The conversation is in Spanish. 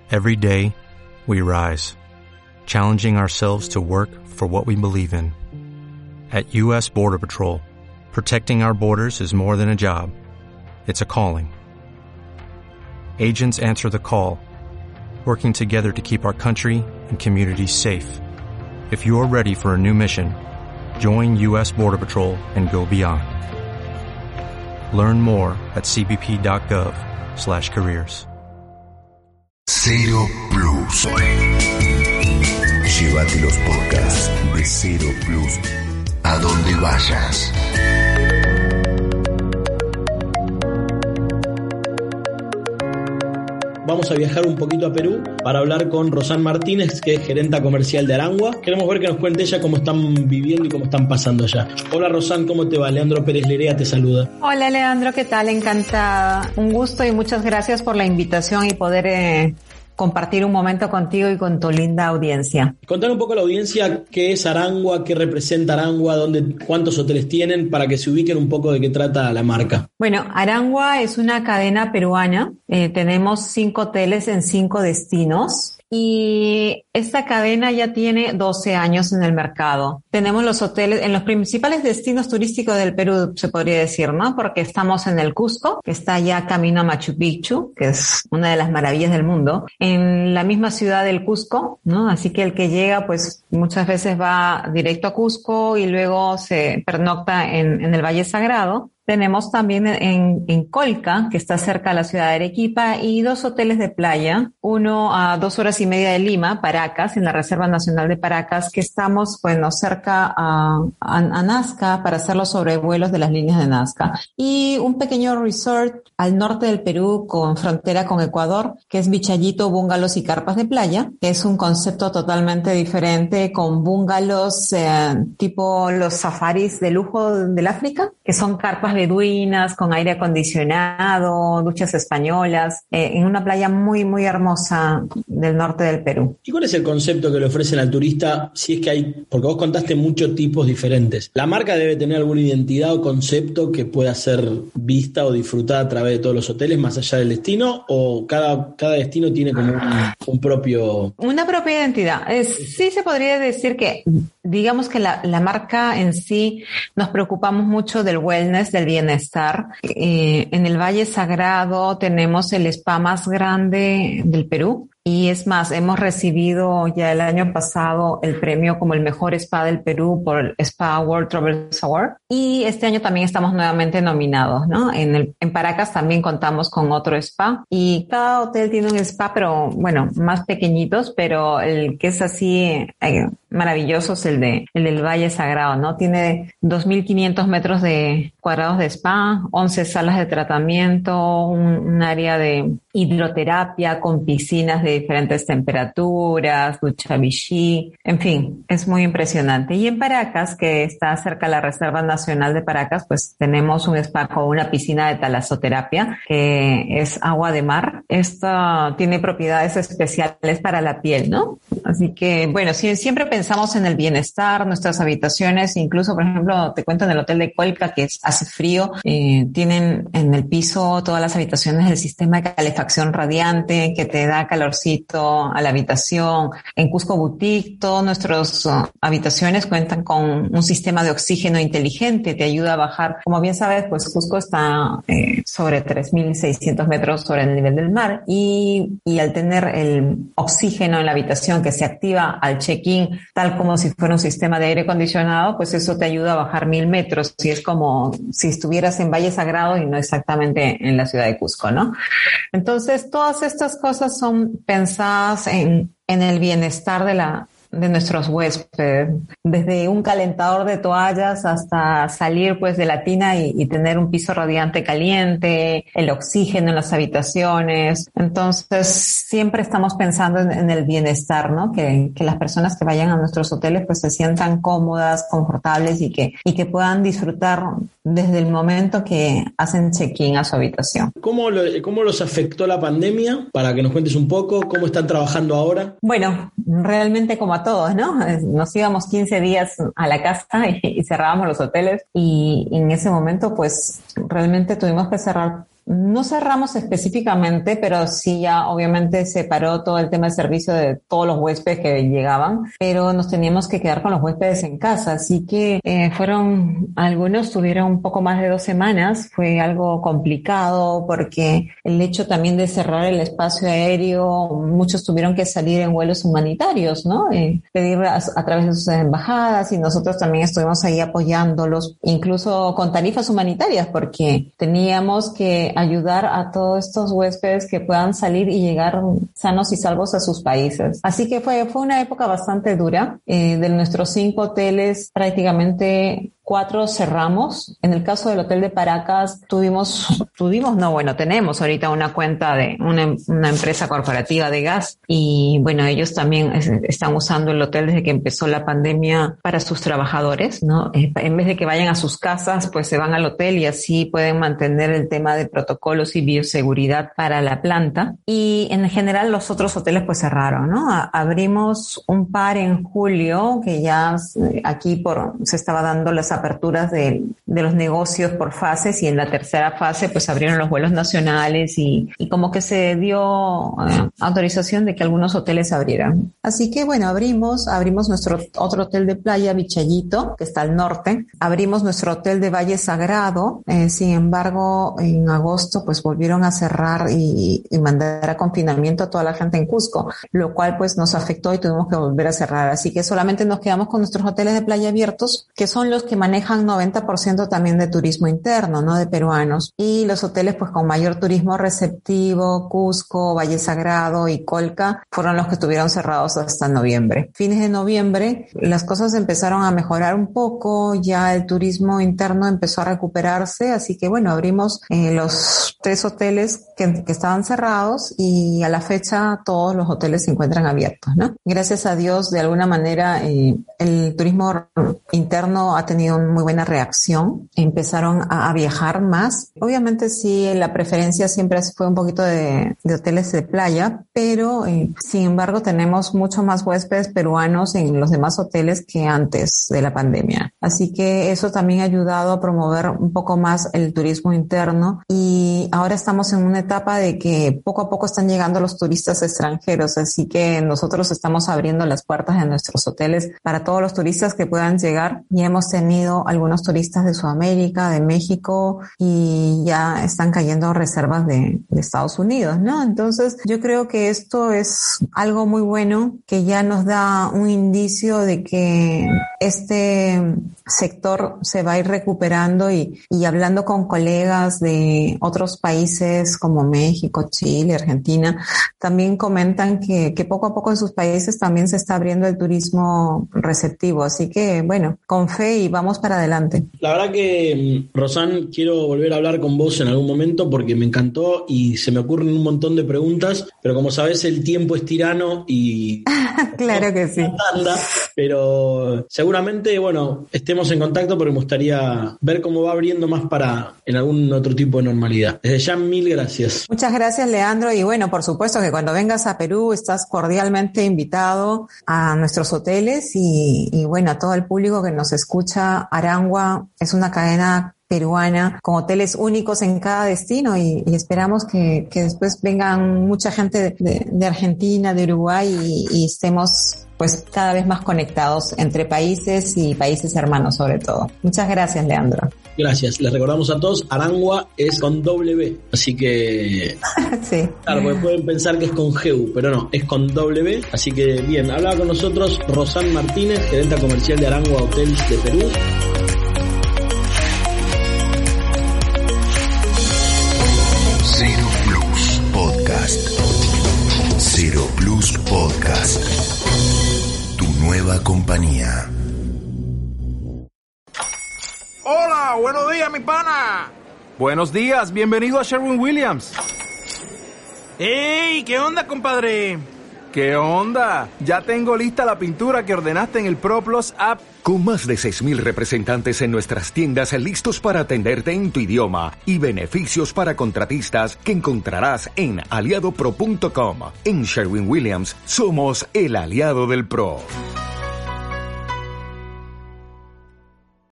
Every day, we rise, challenging ourselves to work for what we believe in. At U.S. Border Patrol, protecting our borders is more than a job. It's a calling. Agents answer the call, working together to keep our country and communities safe. If you're ready for a new mission, join U.S. Border Patrol and go beyond. Learn more at cbp.gov/careers. Cero Plus. Llévate los podcasts de Cero Plus a donde vayas. Vamos a viajar un poquito a Perú para hablar con Rosán Martínez, que es gerenta comercial de Arangua. Queremos ver que nos cuente ella cómo están viviendo y cómo están pasando allá. Hola Rosán, ¿cómo te va? Leandro Pérez Lerea te saluda. Hola Leandro, ¿qué tal? Encantada. Un gusto y muchas gracias por la invitación y poder compartir un momento contigo y con tu linda audiencia. Contar un poco a la audiencia qué es Arangua, qué representa Arangua, cuántos hoteles tienen, para que se ubiquen un poco de qué trata la marca. Bueno, Arangua es una cadena peruana. Tenemos 5 hoteles en 5 destinos. Y esta cadena ya tiene 12 años en el mercado. Tenemos los hoteles en los principales destinos turísticos del Perú, se podría decir, ¿no? Porque estamos en el Cusco, que está ya camino a Machu Picchu, que es una de las maravillas del mundo, en la misma ciudad del Cusco, ¿no? Así que el que llega, pues muchas veces va directo a Cusco y luego se pernocta en el Valle Sagrado. Tenemos también en Colca, que está cerca de la ciudad de Arequipa, y 2 hoteles de playa, uno a 2 horas y media de Lima, Paracas, en la Reserva Nacional de Paracas, que estamos, bueno, cerca a Nazca para hacer los sobrevuelos de las líneas de Nazca. Y un pequeño resort al norte del Perú con frontera con Ecuador, que es Vichayito Bungalows y Carpas de Playa, que es un concepto totalmente diferente con bungalows tipo los safaris de lujo del África, que son carpas beduinas con aire acondicionado, duchas españolas, en una playa muy, muy hermosa del norte del Perú. ¿Y cuál es el concepto que le ofrecen al turista? Si es que hay, porque vos contaste muchos tipos diferentes. ¿La marca debe tener alguna identidad o concepto que pueda ser vista o disfrutada a través de todos los hoteles más allá del destino? ¿O cada destino tiene como un propio... Una propia identidad? Sí se podría decir que, digamos que la marca en sí nos preocupamos mucho del wellness, del bienestar. En el Valle Sagrado tenemos el spa más grande del Perú. Y es más, hemos recibido ya el año pasado el premio como el mejor spa del Perú por el Spa World Travelers Award. Y este año también estamos nuevamente nominados, ¿no? En Paracas también contamos con otro spa. Y cada hotel tiene un spa, pero bueno, más pequeñitos, pero el que es así maravilloso es el del Valle Sagrado, ¿no? Tiene 2.500 metros cuadrados de spa, 11 salas de tratamiento, un área de hidroterapia con piscinas de diferentes temperaturas, ducha Vichy, en fin, es muy impresionante. Y en Paracas, que está cerca de la Reserva Nacional de Paracas, pues tenemos un spa con una piscina de talasoterapia, que es agua de mar. Esto tiene propiedades especiales para la piel, ¿no? Así que, bueno, siempre pensamos en el bienestar, nuestras habitaciones, incluso, por ejemplo, te cuento en el hotel de Colca, que hace frío, tienen en el piso todas las habitaciones el sistema de calefacción radiante que te da calorcito a la habitación. En Cusco Boutique, todas nuestras habitaciones cuentan con un sistema de oxígeno inteligente, te ayuda a bajar. Como bien sabes, pues Cusco está sobre 3.600 metros sobre el nivel del mar y al tener el oxígeno en la habitación que se activa al check-in, tal como si fuera un sistema de aire acondicionado, pues eso te ayuda a bajar 1.000 metros. Y es como si estuvieras en Valle Sagrado y no exactamente en la ciudad de Cusco, ¿no? Entonces, todas estas cosas son pensadas en el bienestar de nuestros huéspedes, desde un calentador de toallas hasta salir pues de la tina y tener un piso radiante caliente, el oxígeno en las habitaciones. Entonces siempre estamos pensando en el bienestar, ¿no? Que las personas que vayan a nuestros hoteles pues se sientan cómodas, confortables y que puedan disfrutar desde el momento que hacen check-in a su habitación. ¿Cómo los afectó la pandemia? Para que nos cuentes un poco, ¿cómo están trabajando ahora? Bueno, realmente como a todos, ¿no? Nos íbamos 15 días a la casa y cerrábamos los hoteles y en ese momento pues realmente tuvimos que cerrar no cerramos específicamente, pero sí ya obviamente se paró todo el tema de servicio de todos los huéspedes que llegaban, pero nos teníamos que quedar con los huéspedes en casa, así que algunos tuvieron un poco más de 2 semanas, fue algo complicado porque el hecho también de cerrar el espacio aéreo, muchos tuvieron que salir en vuelos humanitarios, ¿no? Pedir a través de sus embajadas, y nosotros también estuvimos ahí apoyándolos, incluso con tarifas humanitarias, porque teníamos que ayudar a todos estos huéspedes que puedan salir y llegar sanos y salvos a sus países. Así que fue una época bastante dura. De nuestros 5 hoteles, prácticamente 4 cerramos. En el caso del hotel de Paracas tenemos ahorita una cuenta de una empresa corporativa de gas, y bueno, ellos también están usando el hotel desde que empezó la pandemia para sus trabajadores, ¿no? En vez de que vayan a sus casas, pues se van al hotel y así pueden mantener el tema de protocolos y bioseguridad para la planta. Y en general los otros hoteles pues cerraron, ¿no? Abrimos un par en julio, que ya aquí se estaba dando las aperturas de los negocios por fases, y en la tercera fase pues abrieron los vuelos nacionales y como que se dio autorización de que algunos hoteles abrieran. Así que bueno, abrimos nuestro otro hotel de playa, Vichayito, que está al norte. Abrimos nuestro hotel de Valle Sagrado. Sin embargo, en agosto pues volvieron a cerrar y mandar a confinamiento a toda la gente en Cusco, lo cual pues nos afectó y tuvimos que volver a cerrar. Así que solamente nos quedamos con nuestros hoteles de playa abiertos, que son los que manejan 90% también de turismo interno, ¿no? De peruanos. Y los hoteles pues con mayor turismo receptivo, Cusco, Valle Sagrado y Colca, fueron los que estuvieron cerrados hasta noviembre. Fines de noviembre las cosas empezaron a mejorar un poco, ya el turismo interno empezó a recuperarse, así que bueno, abrimos los 3 hoteles que estaban cerrados, y a la fecha todos los hoteles se encuentran abiertos, ¿no? Gracias a Dios, de alguna manera el turismo interno ha tenido muy buena reacción, empezaron a viajar más. Obviamente sí, la preferencia siempre fue un poquito de hoteles de playa, pero sin embargo tenemos mucho más huéspedes peruanos en los demás hoteles que antes de la pandemia. Así que eso también ha ayudado a promover un poco más el turismo interno, y ahora estamos en una etapa de que poco a poco están llegando los turistas extranjeros, así que nosotros estamos abriendo las puertas de nuestros hoteles para todos los turistas que puedan llegar. Ya hemos tenido algunos turistas de Sudamérica, de México, y ya están cayendo reservas de Estados Unidos, ¿no? Entonces yo creo que esto es algo muy bueno, que ya nos da un indicio de que este sector se va a ir recuperando, y hablando con colegas de otros países como México, Chile, Argentina, también comentan que poco a poco en sus países también se está abriendo el turismo receptivo. Así que bueno, con fe y vamos para adelante. La verdad que, Rosán, quiero volver a hablar con vos en algún momento porque me encantó y se me ocurren un montón de preguntas, pero como sabés el tiempo es tirano y... Claro que sí. Pero seguramente, bueno, estemos en contacto porque me gustaría ver cómo va abriendo más en algún otro tipo de normalidad. Desde ya, mil gracias. Muchas gracias, Leandro. Y bueno, por supuesto que cuando vengas a Perú estás cordialmente invitado a nuestros hoteles y bueno, a todo el público que nos escucha. Arangua es una cadena peruana con hoteles únicos en cada destino, y esperamos que después vengan mucha gente de Argentina, de Uruguay, y estemos pues cada vez más conectados entre países y países hermanos sobre todo. Muchas gracias, Leandro. Gracias. Les recordamos a todos, Arangua es con W, así que... Sí. Claro, porque pueden pensar que es con GU, pero no, es con W. Así que bien, hablaba con nosotros Rosán Martínez, gerente comercial de Arangua Hotels de Perú. Zero Plus Podcast. Zero Plus Podcast. Tu nueva compañía. Hola, buenos días, mi pana. Buenos días, bienvenido a Sherwin-Williams. ¡Ey! ¿Qué onda, compadre? ¿Qué onda? Ya tengo lista la pintura que ordenaste en el ProPlus app. Con más de 6,000 representantes en nuestras tiendas listos para atenderte en tu idioma y beneficios para contratistas que encontrarás en aliadopro.com. En Sherwin-Williams somos el aliado del pro.